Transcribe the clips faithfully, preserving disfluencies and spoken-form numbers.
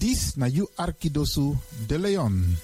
Dis na you Arkidosu de Leon.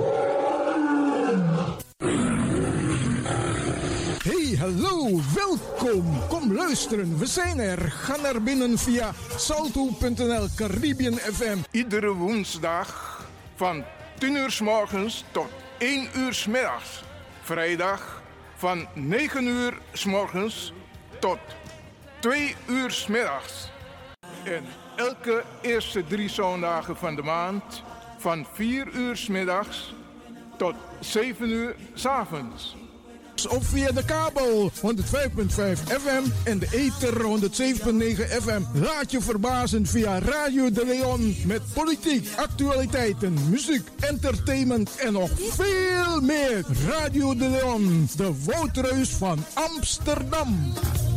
Hey, hallo, welkom. Kom luisteren, we zijn er. Ga naar binnen via salto punt n l Caribbean F M. Iedere woensdag van tien uur 's morgens tot één uur 's middags. Vrijdag van negen uur 's morgens tot twee uur 's middags. En elke eerste drie zondagen van de maand van vier uur 's middags tot zeven uur 's avonds. Of via de kabel honderdvijf komma vijf F M en de ether honderdzeven komma negen F M. Laat je verbazen via Radio de Leon met politiek, actualiteiten, muziek, entertainment en nog veel meer. Radio de Leon, de woudreus van Amsterdam.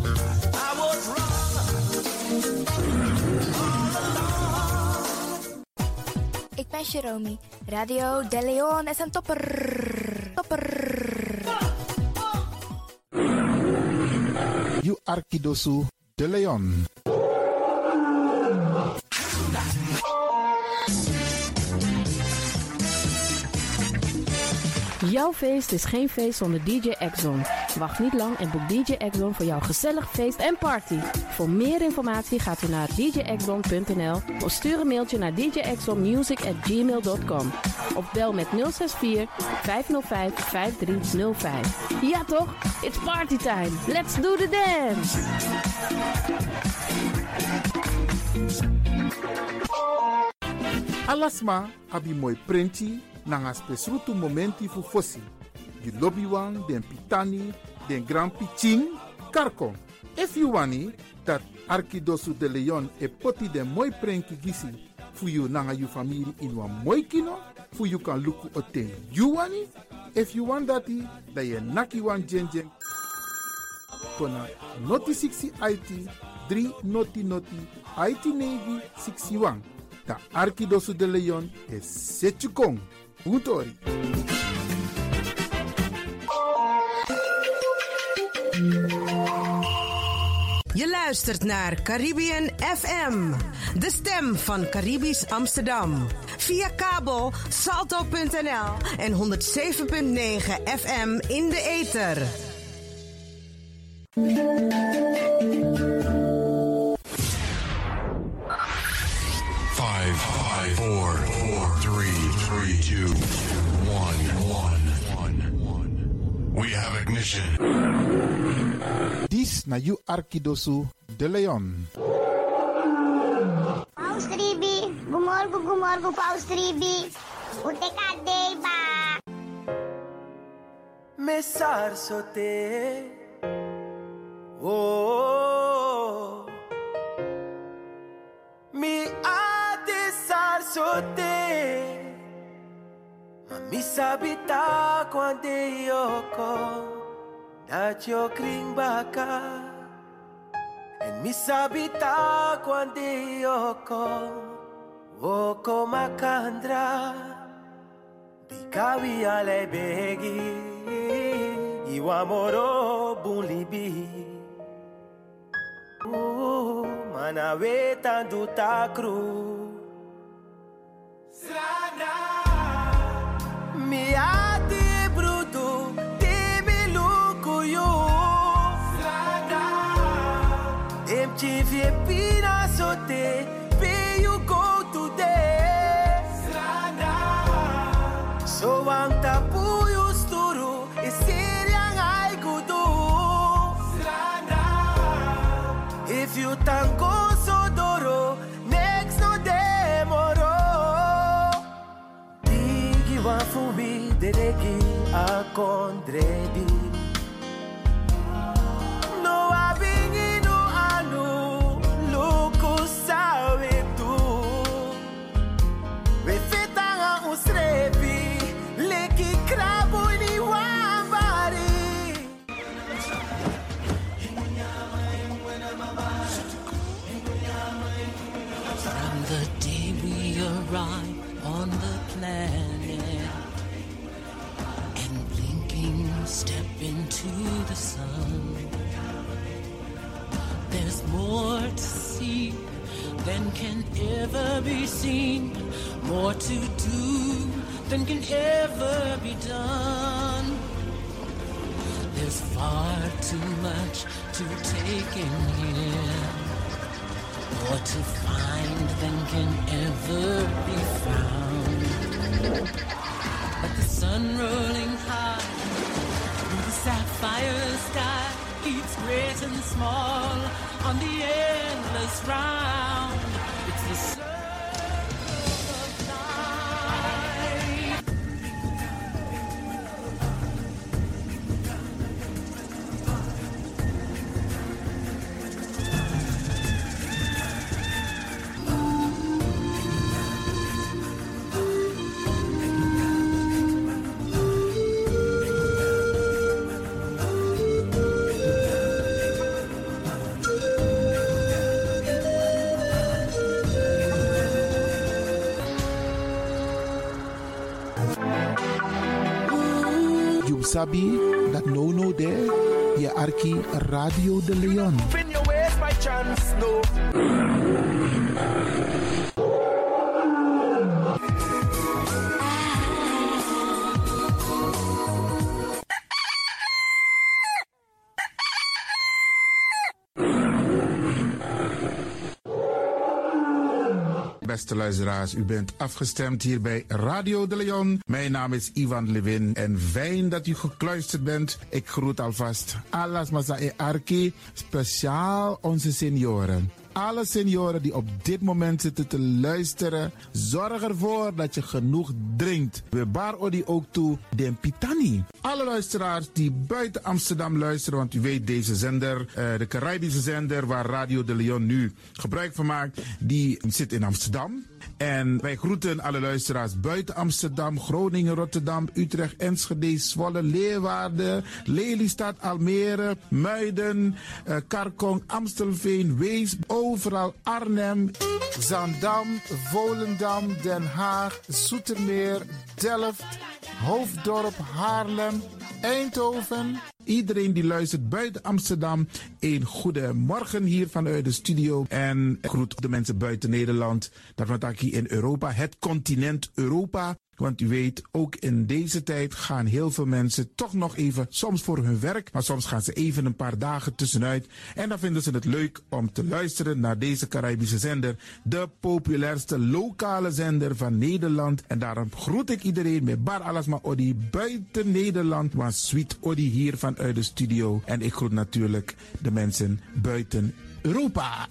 Ik ben Jerome. Radio de Leon is een topper. Topper. You Arkidosu de Leon. Jouw feest is geen feest zonder D J Exxon. Wacht niet lang en boek D J Exxon voor jouw gezellig feest en party. Voor meer informatie gaat u naar d j exxon punt n l of stuur een mailtje naar d j exxon music at gmail dot com. Of bel met nul zes vier vijf nul vijf vijf drie nul vijf. Ja toch? It's party time. Let's do the dance. Alasma abi moi prenti nanga spesrutu momenti fu fossi. You lobby wan, den pitani, den grand piching, karko. If you wani, dat Arkidosu de Leon e poti den moi prenki gisi fu you nanga you family in wan moi kino, fu you kan luku oten you wani. If you want dati, da ye naki wan jen jen. Kona noti sixty I T, three noti noti, I T navy sixty-one. Da Arkidosu de Leon e setjukong. Utori. Je luistert naar Caribbean F M, de stem van Caribisch Amsterdam. Via kabel salto punt n l en honderdzeven komma negen F M in de ether. Five, five, four, four, three, three, two, one, one, one. We have ignition. Dis na you Arkidosu de Leon. Paus Ribi, gumorgo, gumorgo, Paus Ribi. Uteka deba. Mesar sote. Oh. Mi ate sar sote. Mami sabita quando io come. Dat yo kring baka en mi sabita quando io kom o koma kandra bikawi ale begi iwa moro bulibi uh mana weta du takru Srana mi ati bruto Chief Pina sote, pay you go today. Strada. So ang tapu you sturu, isiriang ay gudu. Strada. If you tango so doro, next no demoro. Digi wa fubi dereki a condredi. No abingi. Sabe tu, we fitanga usrepi, leki krabo ni wambari. From the day we arrive on the planet and blinking step into the sun, there's more to see than can ever be seen, more to do than can ever be done. There's far too much to take in here, more to find than can ever be found. But the sun rolling high through the sapphire sky keeps great and small on the endless round. It's the circle of life. Sabi dat no no there, je arki Radio de Leon. Spin your ways by chance, no. Beste luisteraars, u bent afgestemd hier bij Radio de Leon. Mijn naam is Ivan Levin en fijn dat u gekluisterd bent. Ik groet alvast Alas Masae Arki, speciaal onze senioren. Alle senioren die op dit moment zitten te luisteren, zorg ervoor dat je genoeg drinkt. We bar odi ook toe den Pitani. Alle luisteraars die buiten Amsterdam luisteren, want u weet deze zender, uh, de Caribische zender waar Radio de Leon nu gebruik van maakt, die zit in Amsterdam. En wij groeten alle luisteraars buiten Amsterdam, Groningen, Rotterdam, Utrecht, Enschede, Zwolle, Leeuwarden, Lelystad, Almere, Muiden, uh, Karkong, Amstelveen, Wees, overal Arnhem, Zaandam, Volendam, Den Haag, Zoetermeer, Delft, Hoofddorp, Haarlem, Eindhoven. Iedereen die luistert buiten Amsterdam, een goede morgen hier vanuit de studio. En ik groet de mensen buiten Nederland, dat we het hier in Europa, het continent Europa. Want u weet, ook in deze tijd gaan heel veel mensen toch nog even, soms voor hun werk, maar soms gaan ze even een paar dagen tussenuit. En dan vinden ze het leuk om te luisteren naar deze Caribische zender, de populairste lokale zender van Nederland. En daarom groet ik iedereen met Bar Alasma Odi buiten Nederland, maar Sweet Odi hier vanuit de studio. En ik groet natuurlijk de mensen buiten Europa.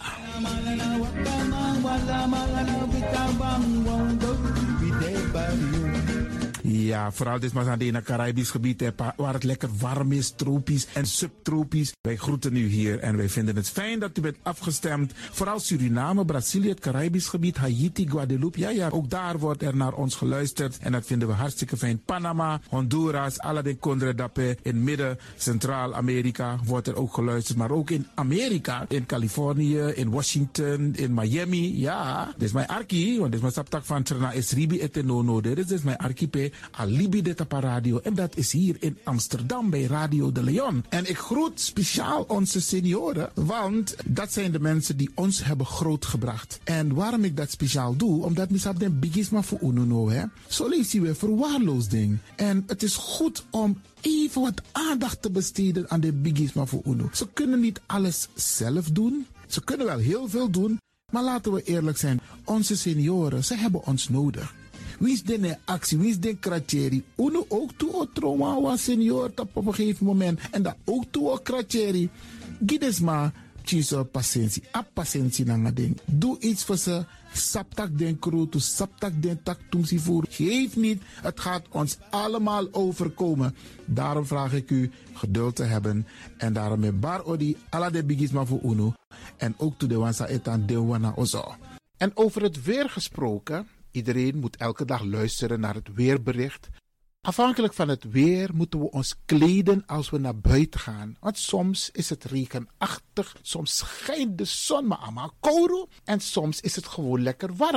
Ja, vooral dit maar aan het Caribisch gebied, hè, waar het lekker warm is, tropisch en subtropisch. Wij groeten u hier en wij vinden het fijn dat u bent afgestemd. Vooral Suriname, Brazilië, het Caribisch gebied, Haiti, Guadeloupe. Ja, ja, ook daar wordt er naar ons geluisterd en dat vinden we hartstikke fijn. Panama, Honduras, alle de Condredape, in midden, Centraal-Amerika wordt er ook geluisterd. Maar ook in Amerika, in Californië, in Washington, in Miami. Ja, dit is mijn arki, want dit is mijn saptak van Trena Esribi et Nono. Dit is mijn archipel. Alibi de Tapa Radio. En dat is hier in Amsterdam bij Radio de Leon. En ik groet speciaal onze senioren, want dat zijn de mensen die ons hebben grootgebracht. En waarom ik dat speciaal doe, omdat misap den bigisma voor ununo, hè. Zo lezen we verwaarloosding. En het is goed om even wat aandacht te besteden aan de bigisma voor uno. Ze kunnen niet alles zelf doen. Ze kunnen wel heel veel doen, maar laten we eerlijk zijn. Onze senioren, ze hebben ons nodig. Wie is de actie, wie is de kratjeri? Uno ook toe o trauma was senior op een gegeven moment. En dat ook toe o kratjeri. Gides maar, tjiso patiëntie. A patiëntie na ding. Doe iets voor ze. Saptak den kroto, saptak den tak tumsi voer. Geef niet, het gaat ons allemaal overkomen. Daarom vraag ik u geduld te hebben. En daarom met bar odi, ala de bigisma voor uno. En ook toe de wansa etan de wana ozo. En over het weer gesproken. Iedereen moet elke dag luisteren naar het weerbericht. Afhankelijk van het weer moeten we ons kleden als we naar buiten gaan. Want soms is het regenachtig, soms schijnt de zon maar allemaal kouro en soms is het gewoon lekker warm.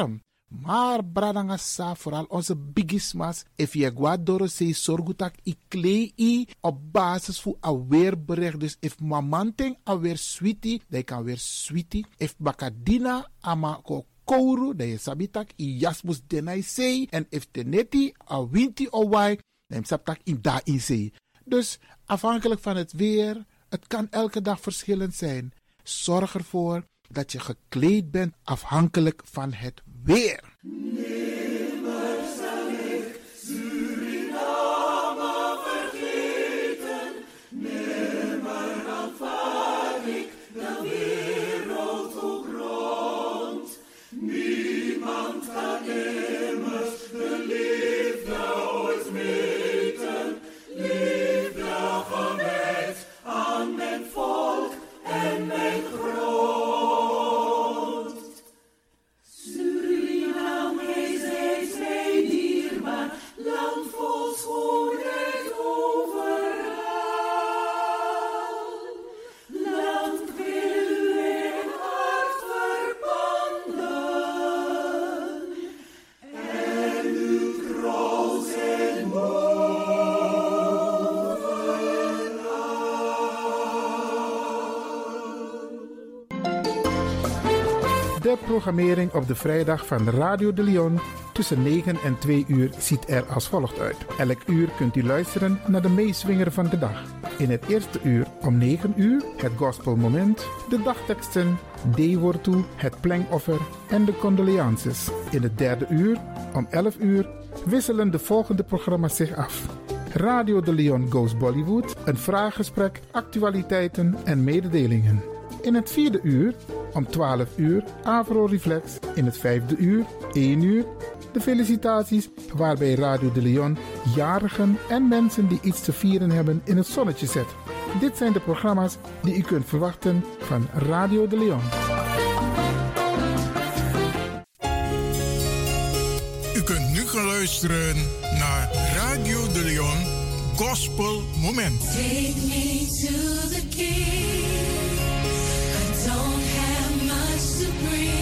Maar bradangasa, vooral onze bigismas, if je guadoro se sorgutak i klei i op basis voor aweerbericht. Dus if mamanting aweer sweetie, dan kan weer sweetie. If bakadina ama ko kouru, dan je sabitak i jasmus denai sei. En if teneti a winti owai, dan je sabtak in da in sei. Dus afhankelijk van het weer, het kan elke dag verschillend zijn. Zorg ervoor dat je gekleed bent afhankelijk van het weer. Nimmer zal ik Suriname vergeten. Nimmer aanvaard ik de wereld ook rond. Niemand kan immers de liefde ooit meten. Liefde gewijd aan mijn volk en mijn grond. De programmering op de vrijdag van Radio de Leon tussen negen en twee uur ziet er als volgt uit. Elk uur kunt u luisteren naar de meeswinger van de dag. In het eerste uur om negen uur het gospelmoment, de dagteksten, Dewortu, het plengoffer en de condoleances. In het derde uur om elf uur wisselen de volgende programma's zich af. Radio de Leon Goes Bollywood, een vraaggesprek, actualiteiten en mededelingen. In het vierde uur om twaalf uur Avro Reflex. In het vijfde uur, één uur, de felicitaties waarbij Radio de Leon jarigen en mensen die iets te vieren hebben in het zonnetje zet. Dit zijn de programma's die u kunt verwachten van Radio de Leon. U kunt nu gaan luisteren naar Radio de Leon Gospel Moment. Take me to the King. I don't have much to bring.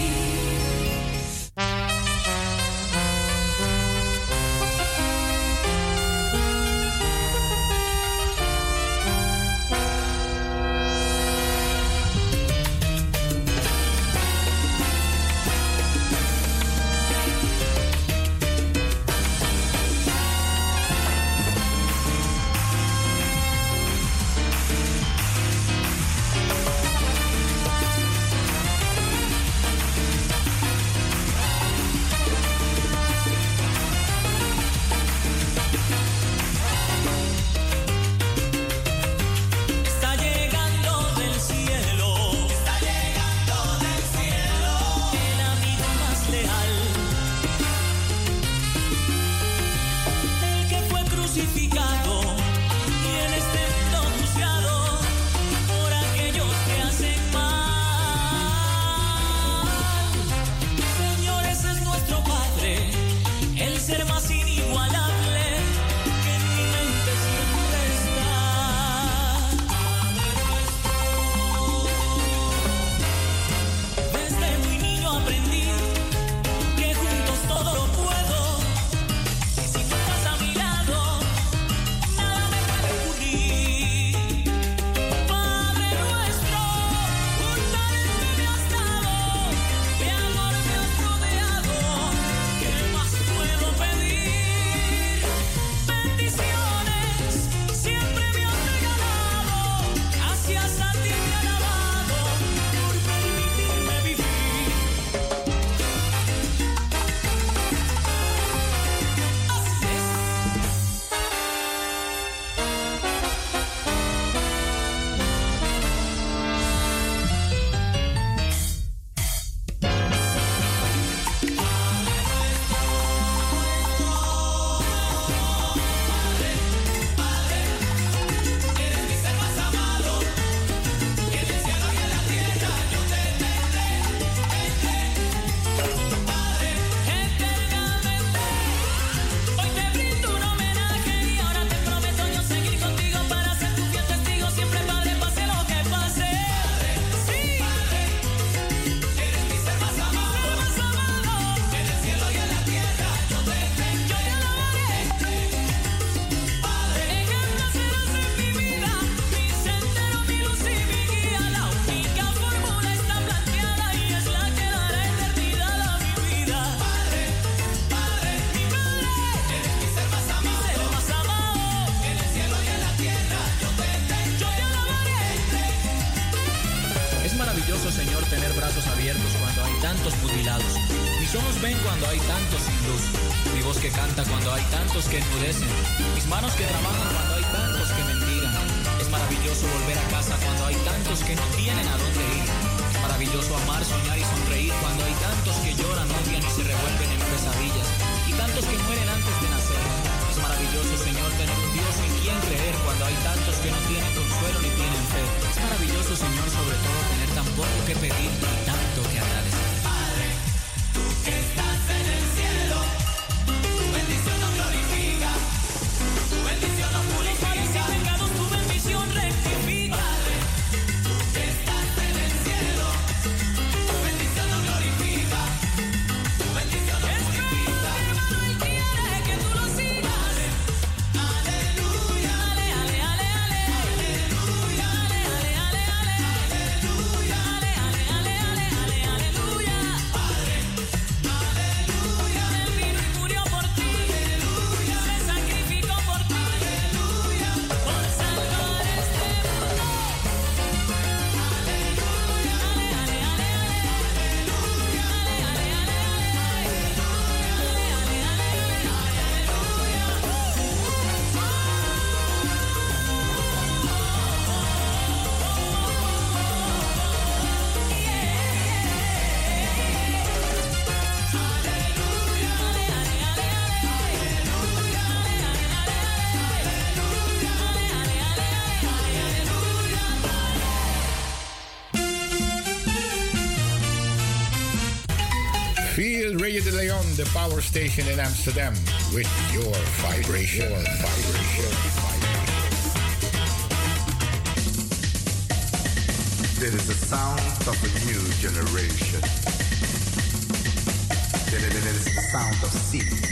olvidados. Mis ojos ven cuando hay tantos sin luz, mi voz que canta cuando hay tantos que enmudecen, mis manos que trabajan cuando hay tantos que mendigan. Es maravilloso volver a casa cuando hay tantos que no tienen a dónde ir. Es maravilloso amar, soñar y sonreír cuando hay tantos que lloran, odian y se revuelven en pesadillas, y tantos que mueren antes de nacer. Es maravilloso, Señor, tener un Dios en quien creer cuando hay tantos que no tienen consuelo ni tienen fe. Es maravilloso, Señor, sobre todo tener tan poco que pedir y tanto que agradecer. Padre, tú que estás en el cielo, tu bendición nos glorifica, tu bendición nos purifica, pecados, tu bendición rectifica. Padre, tú que estás en el cielo, tu bendición nos glorifica, tu bendición nos purifica. Hermano, Él quiere que tú lo sigas. Aleluya, ale, ale, ale, ale, aleluya, ale, ale, ale, ale, aleluya, ale, ale, ale, ale, ale, aleluya. Padre, aleluya, Él vino y murió por ti, aleluya, se sacrificó por ti, aleluya, por salvar este mundo. Aleluya, ale, ale, ale, ale, aleluya, ale, ale, ale, ale, aleluya, ale, ale, ale, ale, Feel Radio de Leon, the power station in Amsterdam, with your vibration. Your vibration. There is the sound of a new generation. There is the sound of sea.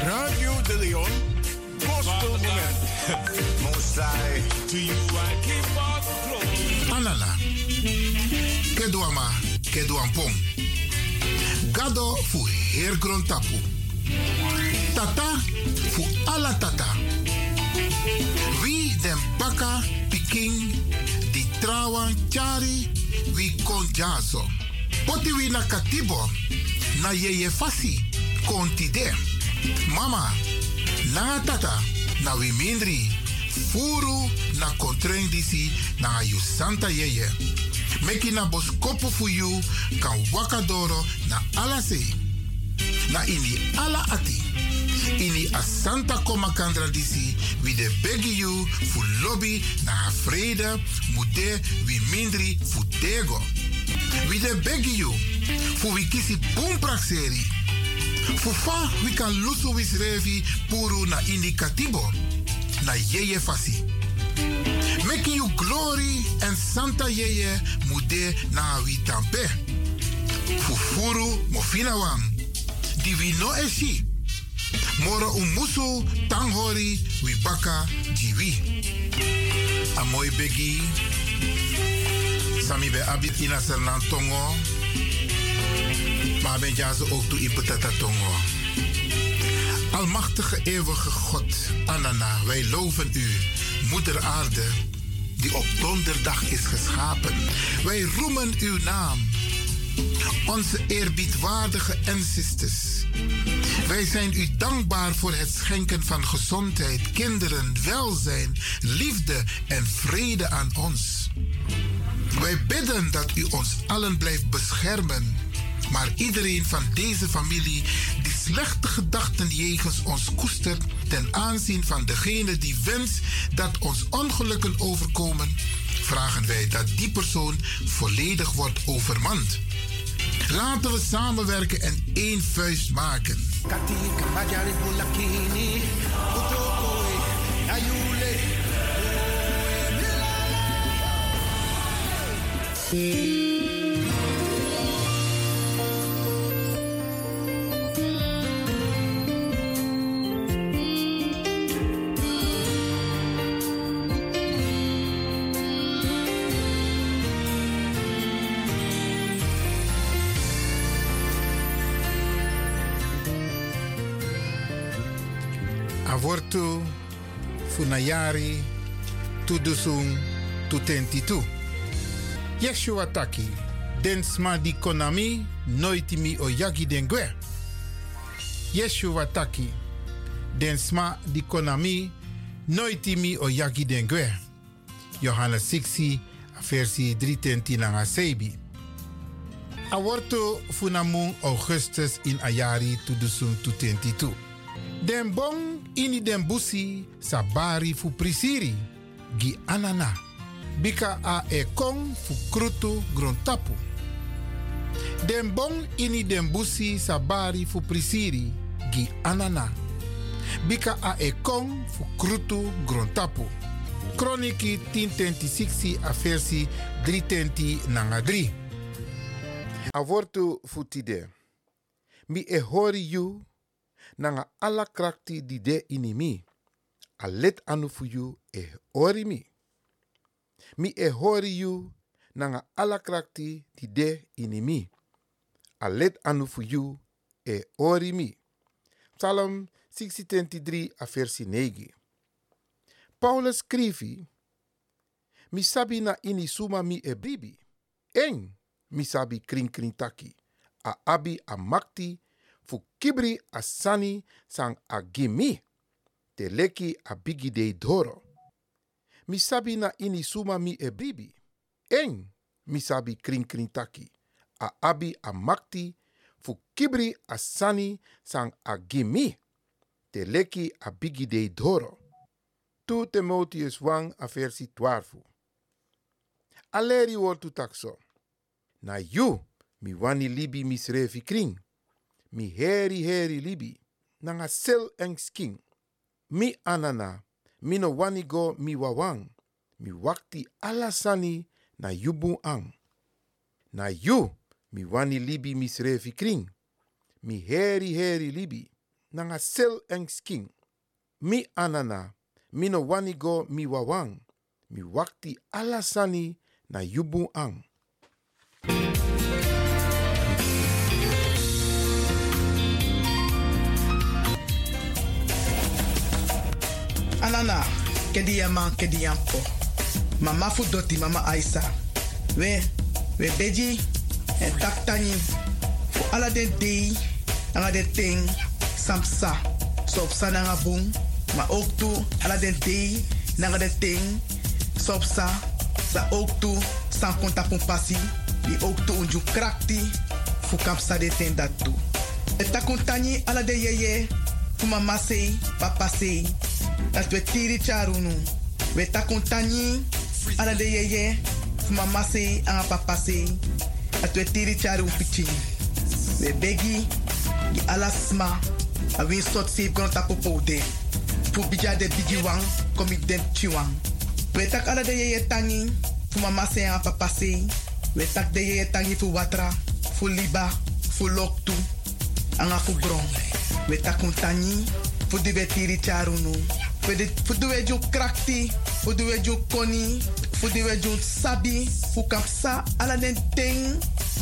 Radio De Leon, Gospel Moment. Mosai. To you I give all the glory. Anana. Kedwama, kedwampong. Gado fu heer grondtapu. Tata fu ala tata. Wie den baka piking di trawan chari wi konjazo. Poti wi na katibo na yeye fasi kontide. Mama, na tata na wi mindri furu na kontrendisi na yu santa yeye. Meki na boskopu fu yu kan wakadoro na alase. Na ini ala ati. Ini asanta koma kandra disi wi de begi yu fu lobby na vrede mude wi mindri fu tego. Wi de begi yu fu wi kisi boomprakseri. Fu fa wi kan lusu wis revi puru na indicatibo na yeye fasi. Making you glory en santa yeye mude na wi tampe. Fufuru mofina wang. Di wi no eshi. Moro umusu tanghori wi baka jiwi. Amoy begi. Sami be abit ina sernan tongo. Maar ben jazo ook toe ipetata tongo. Almachtige eeuwige God, Anana, wij loven u, moeder aarde, die op donderdag is geschapen. Wij roemen uw naam, onze eerbiedwaardige ancestors. Wij zijn u dankbaar voor het schenken van gezondheid, kinderen, welzijn, liefde en vrede aan ons. Wij bidden dat u ons allen blijft beschermen. Maar iedereen van deze familie die slechte gedachten jegens ons koestert ten aanzien van degene die wenst dat ons ongelukken overkomen, vragen wij dat die persoon volledig wordt overmand. Laten we samenwerken en één vuist maken. Avortu funayari tudusung tutentitu. Yeshua taki densma di konami noitimi oyagi dengwe. Yeshua taki densma di konami noitimi oyagi dengwe. Johannes zes versie driehentwintig nanga sebi. Avortu funamung Augustus in ayari tudusung tutentitu. Den bong ini den busi sabari fu prisiri gi anana. Bika a e kong fu krutu grontapu. Den bong ini den busi sabari fu prisiri gi anana. Bika a e kong fu krutu grontapu. Kroniki tien twenty-six a versie driehentwintig nanga drie. Avortu futide. Mi e hori you nanga alla krakti di de inimi. A let anu fu you e hori mi. Mi e hori you nanga alla krakti di de inimi. A let anu fu you e hori mi. Psalm zes twenty-three a versi negen. Paulus scrivi, mi sabi na ini suma mi e bribi. En mi sabi kring kring taki. A abi a makti fu kibri a sani sang a gimi. Te leki a bigi de doro. Mi sabi na ini suma mi e bribi. En mi sabi kring kring taki. A abi a makti fu kibri a sani sang a gimi. Te leki a bigi de doro. Tu Timotheus one a versi twaalf. Aleri wortu takso. Na you mi wani libi misrevi kring. Mi heri heri libi. Nanga sel en sking. Mi anana. Mi no wani go mi wawang. Mi wakti alasani na yubu ang. Na you mi wani libi misrevi kring. Mi heri heri libi. nanga sel en skin. Mi anana, mi no wani go mi wawang. Mi wakti alasani na yubu ang. Anana, kedi yaman, kedi yampo. Mama fu doti, mama Aisa. We, we beji, en taktani. Fu ala den dei, anga den ting, samsa. Sopsa nanga bung, ma ook toe, ala den dei, nanga den ting, sopsa. Sa ook toe, san konta pun pasi. Di ook toe unju krakti, fu kapsa de ten dat toe. Et takuntani ala de yeye, fu mama sei, papa sei. Dat we tiri charunu. We takuntani ala de yeye, fu mama sei, anga papa sei. Dat we tiri charu pichi. We begi, di alasma. A win sot safe grond tapo pode. Fu bija de bigi wang, komi dem chiwang. We tak ala de yeye tangi, fu mama sei, anga papa sei. We tak de yeye tangi fu watra, fu liba, fu loktu, anga fu gron. We takuntani, fu di we tiri charunu. Fu di we ju krakti, fu di we ju koni, fu di we ju sabi, fu kapsa ala den ting,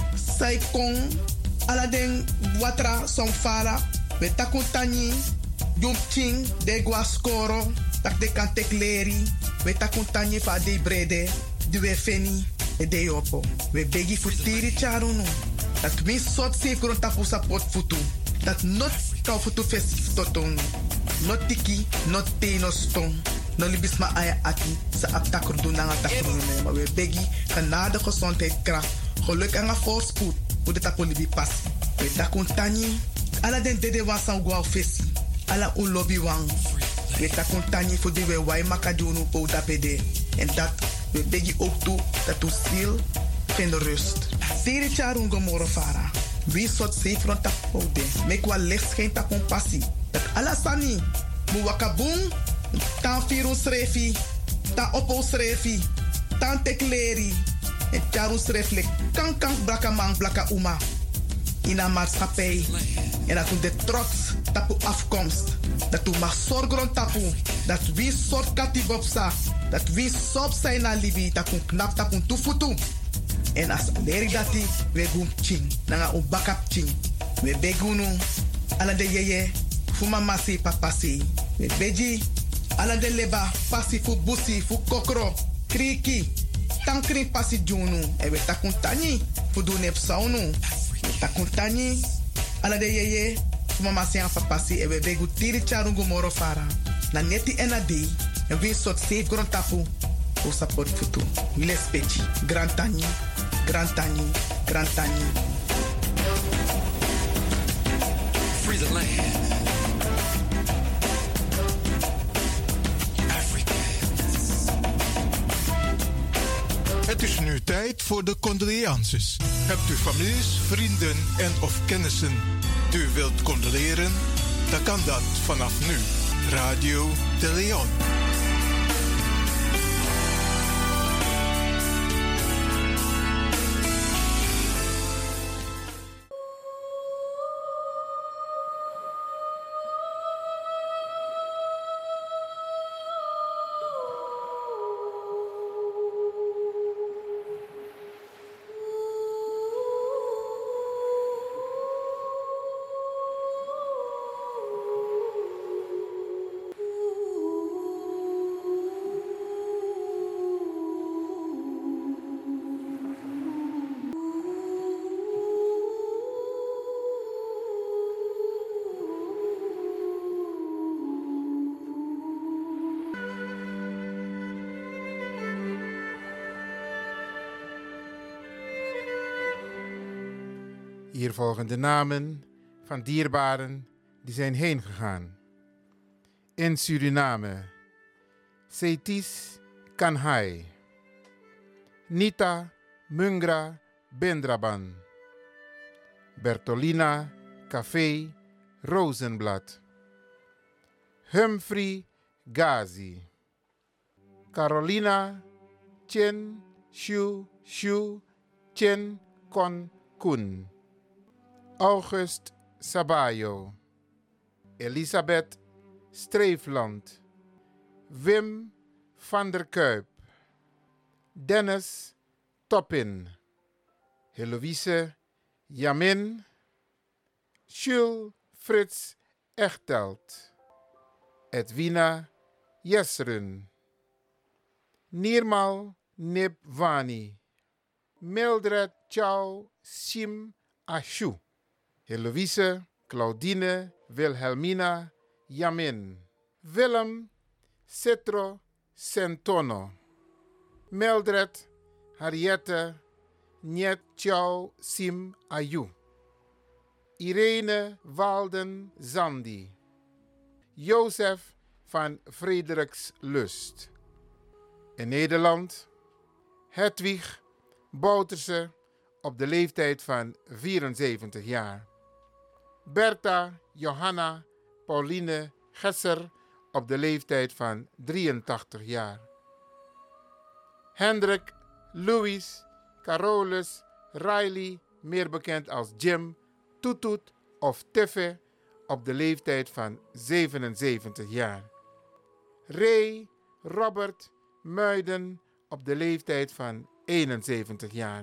saikong, ala den watra som fara. We takuntani, jum ching, de guascoro, tak de kantek leri. We takuntani fa de brede, di we feni, e de yopo. We begi fu tiri charunu. Dat min sot safe grond tapu sapot futu. Dat not kau futu festif totonu. Not tiki, not te, no stong. No libis ma aya aki, sa aptakur doen na nga takrunu. Maar we begi, genade gezondheid kracht. Geluk en een voorspoed, hoe de tapo libi pas. We takun tani, ala den dede wan san guau fesi. Ala un lobby wang. We takun tani voor die we wai makadunu po dapede. En dat, we begi ook toe, dat u ziel vindt rust. Tiri charun gomoro fara. Wie soort zeefront tapo de. Mek wa licht geen tapon passie. Dat alasani, mu wakabung, tan firu srefi, tan opo srefi, tan tekleri, en charu sreflek, kan kan blaka man blaka uma. In een maatschappij, en dat u de trots tapu afkomst, dat u mag zorgen tapu, dat wie soort katibopsa, dat wie sop zijn na libi, dat u knap tapu tufutu. En als leri dati, we gum ching, nanga u bakap ching, we begunu, ala de yeye, fu mama si papa si. We beji, ala de leba, pasi fu busi, fu kokro, kriki, tankri pasi junu. E we takuntani, fu du nep saunu. We takuntani, ala de yeye, fu mama si en papa si. E we begu tiri charungu moro fara. Na neti ena dei, en we sot safe grond tapu, fu support futu. Les pechi, grand tani, grand tani, grand tani. Free the land. Het is nu tijd voor de condoleances. Hebt u families, vrienden en of kennissen die u wilt condoleren? Dan kan dat vanaf nu. Radio de Leon. Hier volgen de namen van dierbaren die zijn heen gegaan. In Suriname, Seitis Kanhai, Nita Mungra Bendraban, Bertolina Café Rozenblad, Humphrey Gazi, Carolina Chen Shu Shu Chen Kon Kun, August Sabayo, Elisabeth Streefland, Wim van der Kuip, Dennis Toppin, Heloïse Jamin, Jules Frits Echtelt, Edwina Jesrun, Nirmal Nipwani, Mildred Chow Sim Ashu, Heloïse Claudine Wilhelmina Jamin, Willem Citro Centono, Mildred Harriette Niet Chow Sim Ayu, Irene Walden Zandi, Jozef van Frederiks Lust. In Nederland Hedwig Bouterse op de leeftijd van vierenzeventig jaar. Bertha Johanna Pauline Gesser op de leeftijd van drieëntachtig jaar. Hendrik Louis Carolus Riley, meer bekend als Jim, Toetoet of Tiffe, op de leeftijd van zevenenzeventig jaar. Ray Robert Muiden op de leeftijd van eenenzeventig jaar.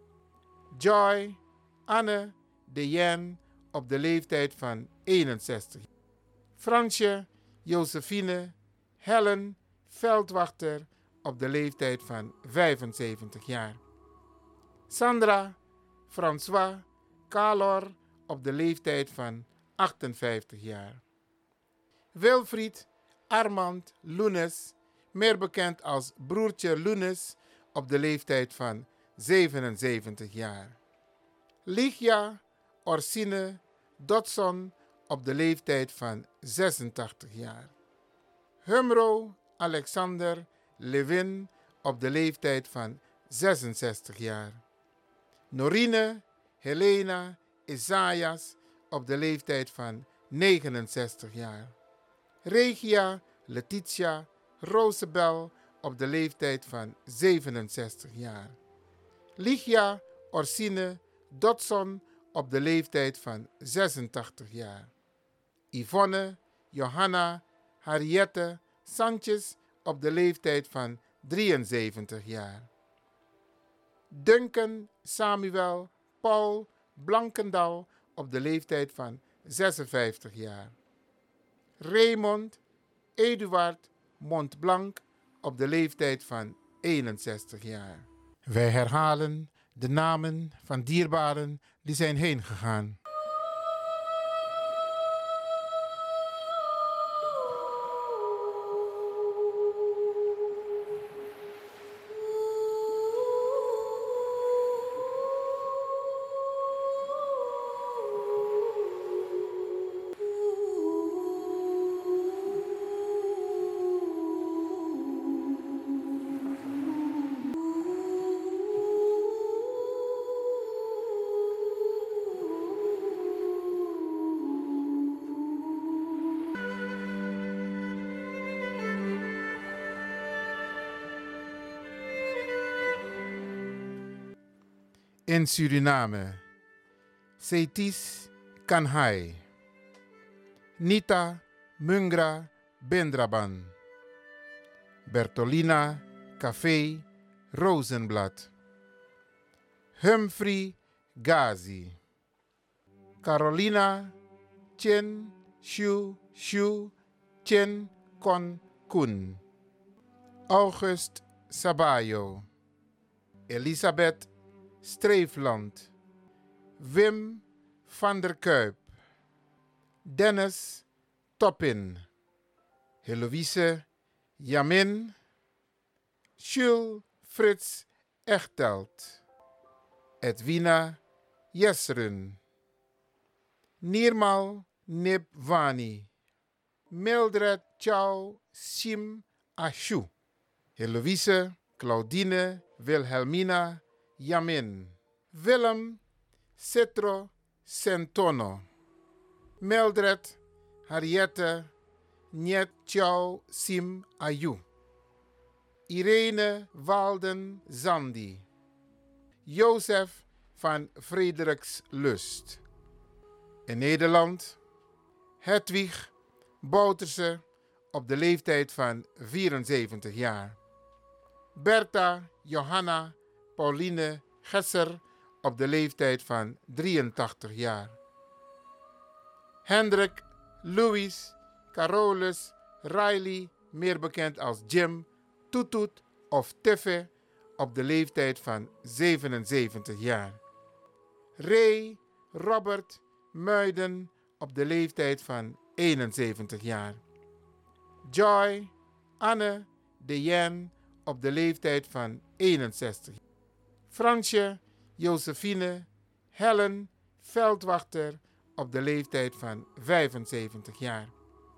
Joy Anne Dejen op de leeftijd van eenenzestig. Fransje Josephine Helen Veldwachter op de leeftijd van vijfenzeventig jaar. Sandra François Kalor op de leeftijd van achtenvijftig jaar. Wilfried Armand Loenes, meer bekend als broertje Loenes, op de leeftijd van zevenenzeventig jaar. Ligia Orsine Dodson op de leeftijd van zesentachtig jaar. Humro Alexander Levin op de leeftijd van zesenzestig jaar. Norine Helena Isaias op de leeftijd van negenenzestig jaar. Regia Letitia Roosebel op de leeftijd van zevenenzestig jaar. Ligia Orsine Dodson op de leeftijd van zesentachtig jaar. Yvonne Johanna Harriette Sanchez op de leeftijd van drieënzeventig jaar. Duncan Samuel Paul Blankendal op de leeftijd van zesenvijftig jaar. Raymond Eduard Montblanc op de leeftijd van eenenzestig jaar. Wij herhalen de namen van dierbaren die zijn heen gegaan. In Suriname, Seitis Kanhai, Nita Mungra Bendraban, Bertolina Café Rozenblad, Humphrey Gazi, Carolina Chen Shu Shu Chen Kon Kun, August Sabayo, Elisabeth Streefland, Wim van der Kuip, Dennis Toppin, Heloïse Jamin, Jules Frits Echtelt, Edwina Jesrun, Nirmal Nipwani, Mildred Chow Sim Ashu, Heloïse Claudine Wilhelmina Jamin, Willem Citro Centono, Mildred Harriette Niet Chow Sim Ayu, Irene Walden Zandi, Jozef van Frederiks Lust. In Nederland Hedwig Bouterse op de leeftijd van vierenzeventig jaar. Bertha Johanna Pauline Gesser op de leeftijd van drieëntachtig jaar. Hendrik Louis Carolus Riley, meer bekend als Jim, Toetoet of Tiffe, op de leeftijd van zevenenzeventig jaar. Ray Robert Muiden op de leeftijd van eenenzeventig jaar. Joy Anne Dejen op de leeftijd van eenenzestig. Fransje Josephine Helen Veldwachter op de leeftijd van vijfenzeventig jaar.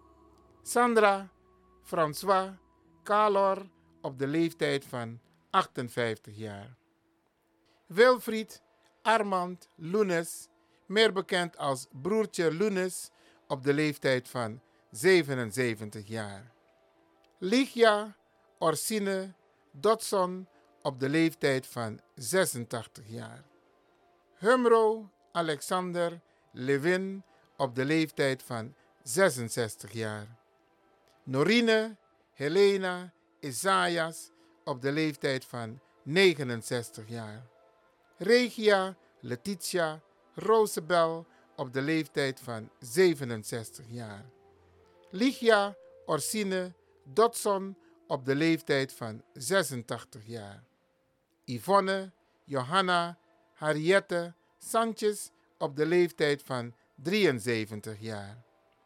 Sandra François Kalor op de leeftijd van achtenvijftig jaar. Wilfried Armand Loenes, meer bekend als broertje Loenes, op de leeftijd van zevenenzeventig jaar. Ligia Orsine Dodson op de leeftijd van zesentachtig jaar. Humro Alexander Levin op de leeftijd van zesenzestig jaar. Norine Helena Isaias op de leeftijd van negenenzestig jaar. Regia Letitia Roosebel op de leeftijd van zevenenzestig jaar. Ligia Orsine Dodson op de leeftijd van zesentachtig jaar. Yvonne Johanna Harriette Sanchez op de leeftijd van drieënzeventig jaar.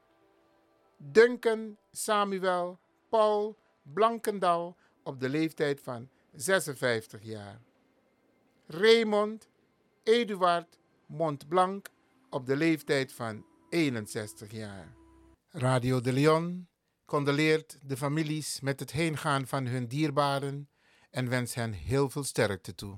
Duncan Samuel Paul Blankendal op de leeftijd van zesenvijftig jaar. Raymond Eduard Montblanc op de leeftijd van eenenzestig jaar. Radio de Leon condoleert de families met het heengaan van hun dierbaren en wens hen heel veel sterkte toe.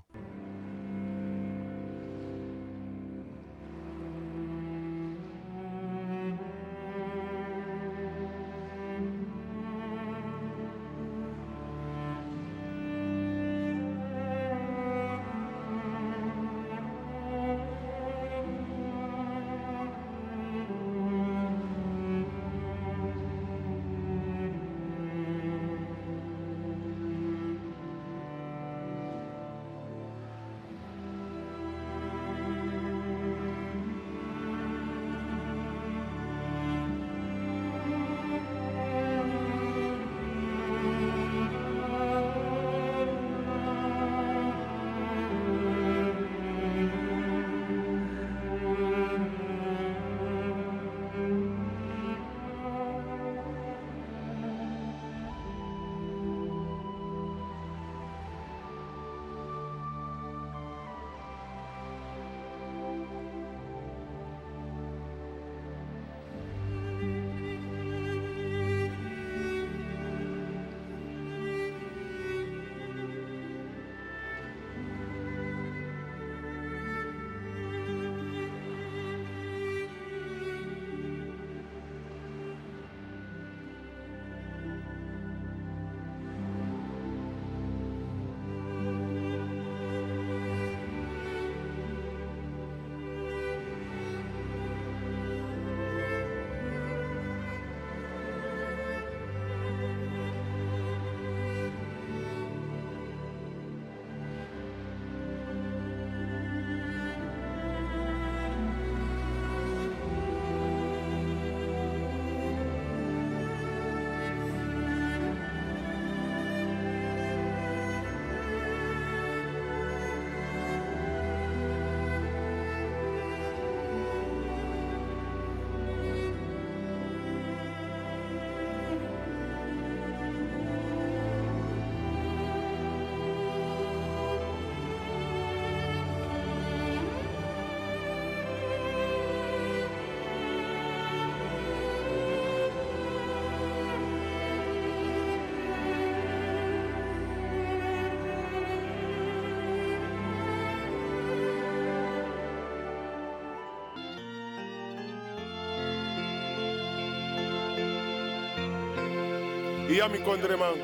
Iya mi kondre man.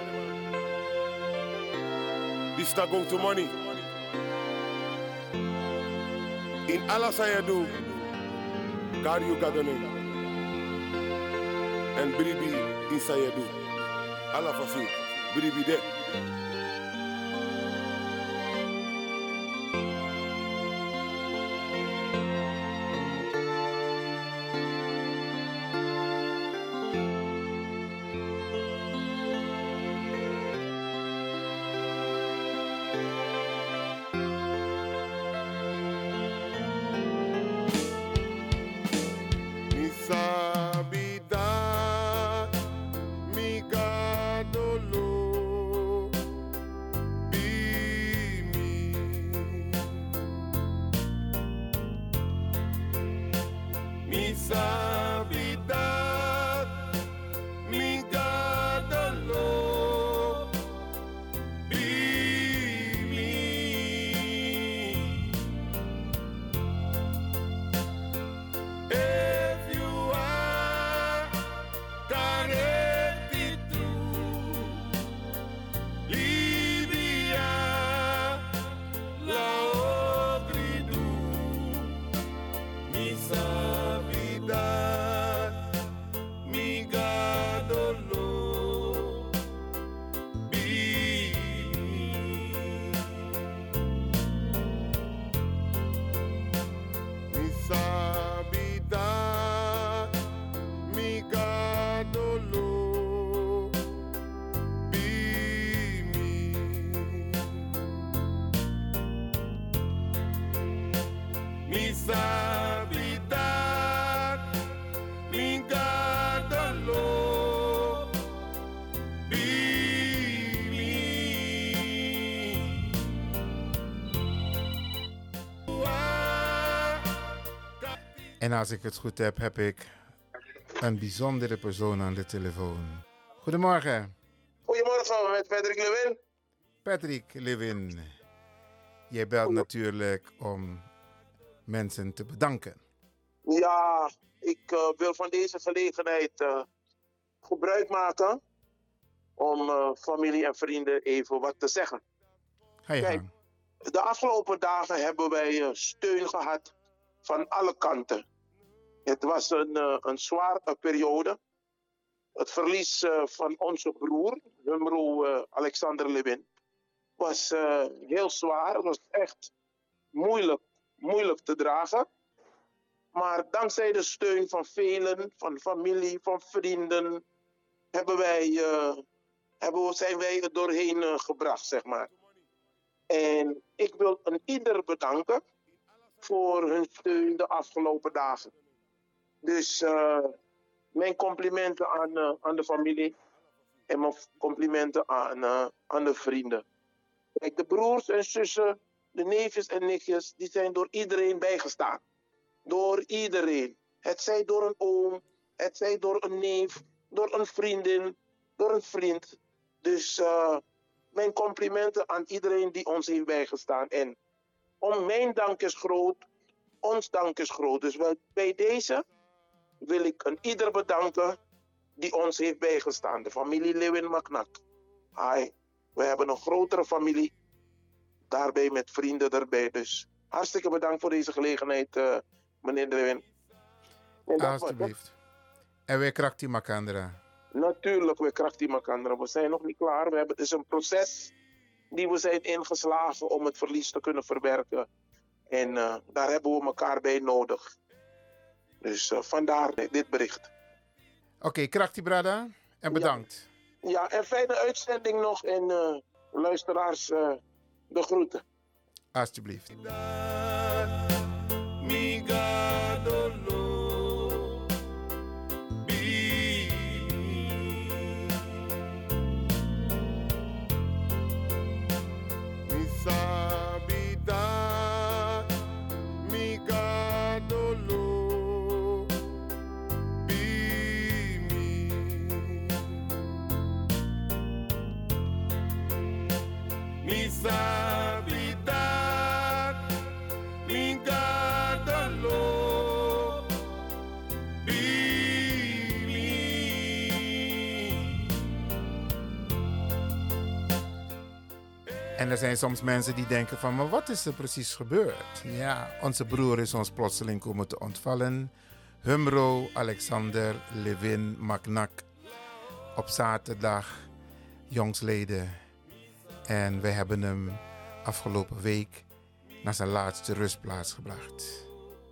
This not go to money. In alles wat je doet, God you got on it. En Bribi Insayadu. Alla fasi. Bribi de. En als ik het goed heb, heb ik een bijzondere persoon aan de telefoon. Goedemorgen. Goedemorgen, met Patrick Lewin. Patrick Lewin, jij belt natuurlijk om mensen te bedanken. Ja, ik uh, wil van deze gelegenheid uh, gebruik maken om uh, familie en vrienden even wat te zeggen. Ga Kijk, de afgelopen dagen hebben wij uh, steun gehad van alle kanten. Het was een, uh, een zware periode. Het verlies uh, van onze broer, Humro uh, Alexander Lewin, was uh, heel zwaar. Het was echt moeilijk, moeilijk te dragen. Maar dankzij de steun van velen, van familie, van vrienden, hebben wij, uh, hebben, zijn wij er doorheen uh, gebracht, zeg maar. En ik wil een ieder bedanken voor hun steun de afgelopen dagen. Dus uh, mijn complimenten aan, uh, aan de familie en mijn complimenten aan, uh, aan de vrienden. Kijk, de broers en zussen, de neefjes en nichtjes, die zijn door iedereen bijgestaan. Door iedereen. Het zij door een oom, het zij door een neef, door een vriendin, door een vriend. Dus uh, mijn complimenten aan iedereen die ons heeft bijgestaan. En om mijn dank is groot, ons dank is groot. Dus bij deze wil ik een ieder bedanken die ons heeft bijgestaan. De familie Lewin-Maknak. Hi, we hebben een grotere familie. Daarbij met vrienden erbij. Dus hartstikke bedankt voor deze gelegenheid, uh, meneer Lewin. Alsjeblieft. En wij krakti makandra. Natuurlijk, wij krakti makandra. We zijn nog niet klaar. We hebben, het is een proces die we zijn ingeslagen om het verlies te kunnen verwerken. En uh, daar hebben we elkaar bij nodig. Dus uh, vandaar dit bericht. Oké, okay, krakti brada. En bedankt. Ja, ja, en fijne uitzending nog. En uh, luisteraars, uh, de groeten. Alsjeblieft. En er zijn soms mensen die denken van, maar wat is er precies gebeurd? Ja, onze broer is ons plotseling komen te ontvallen. Humro Alexander Levin Maknak op zaterdag jongsleden. En wij hebben hem afgelopen week naar zijn laatste rustplaats gebracht.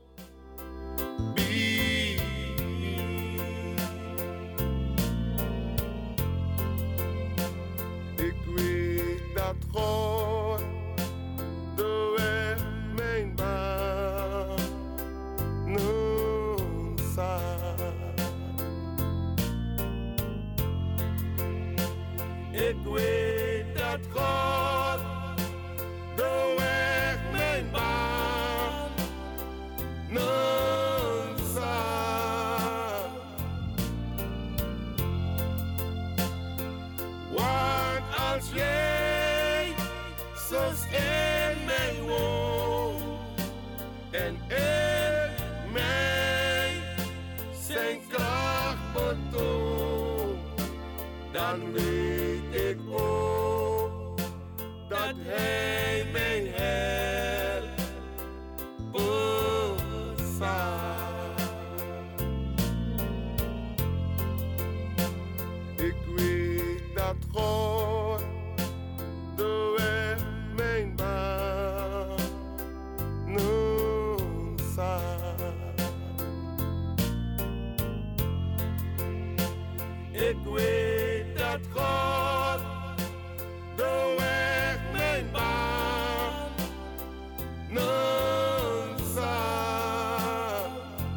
Ik weet dat God de weg mijn baan noem staat. Ik weet dat God de weg mijn baan noem staat. Want als jij zoals in mij woont en in mij zijn kracht betoont, dan weet ik ook dat hij mijn helper staat. Ik weet dat God de weg mijn baan noem staat. Ik weet dat God de weg mijn baan noem staat.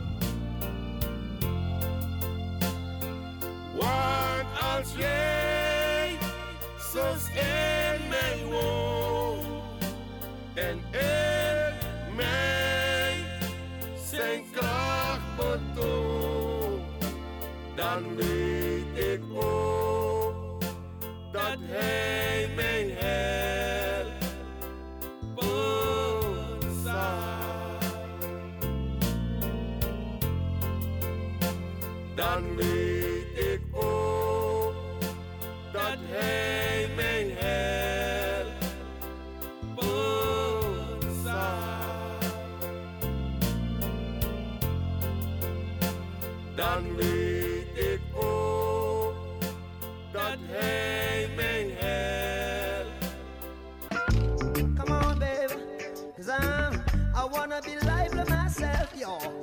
Want als jij zoals in mij woont en in mij zijn kracht betoont, dan weet ik ook dat hij mijn helper staat. Dan weet ik ook dat hij mijn helper staat. Dan weet ik ook dat hij mijn helper. Come on, baby, 'cause I'm, I wanna be lively myself, y'all.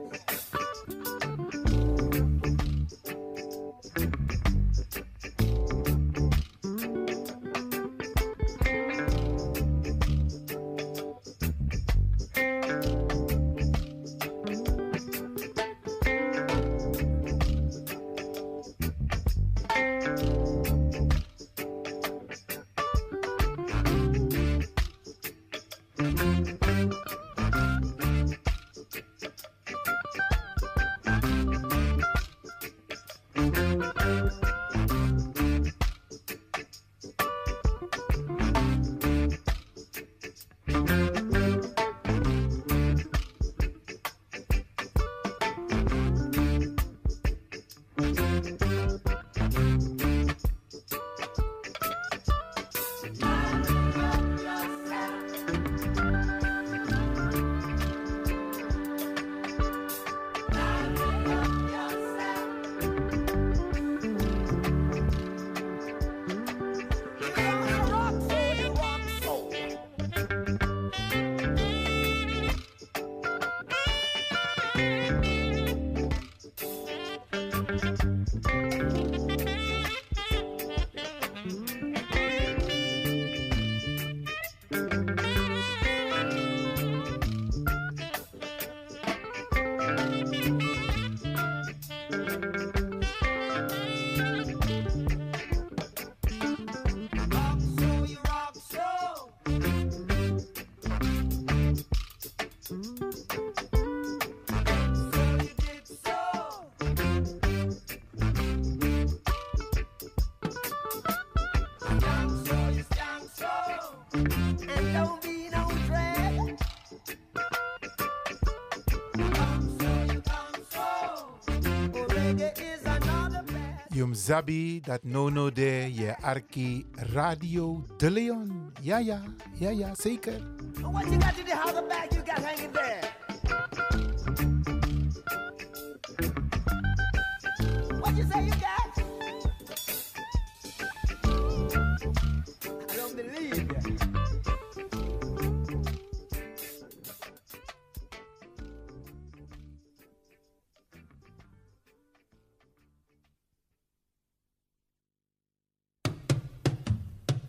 Yum Zabi, dat nono de je arki Radio de Leon. Ja, ja, ja, ja, zeker. What you got to the house back you got hanging there?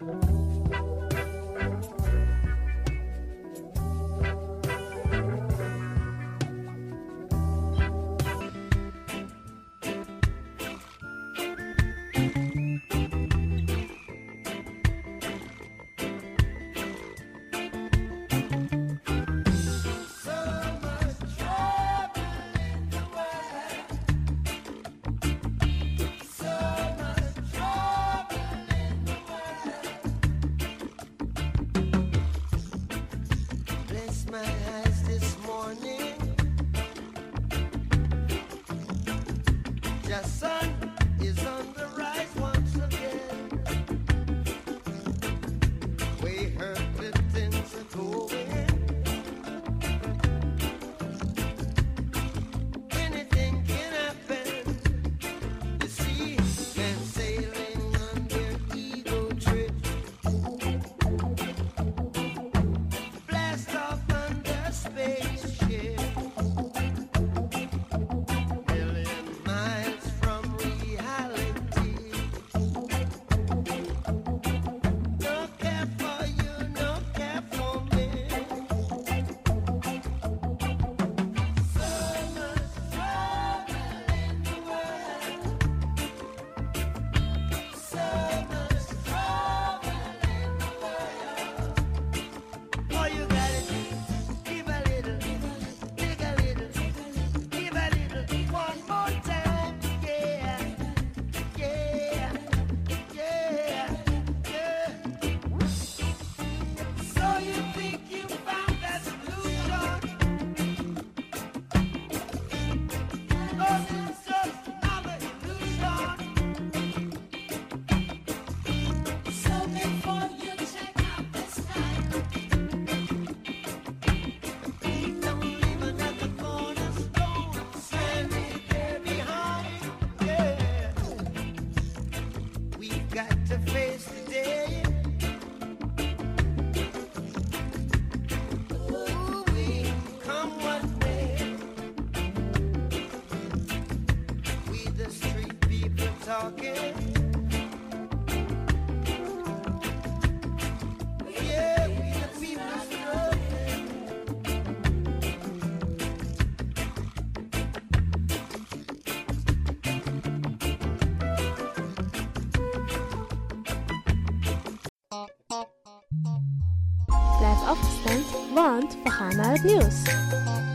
Blijf afgestemd, want we gaan naar het nieuws.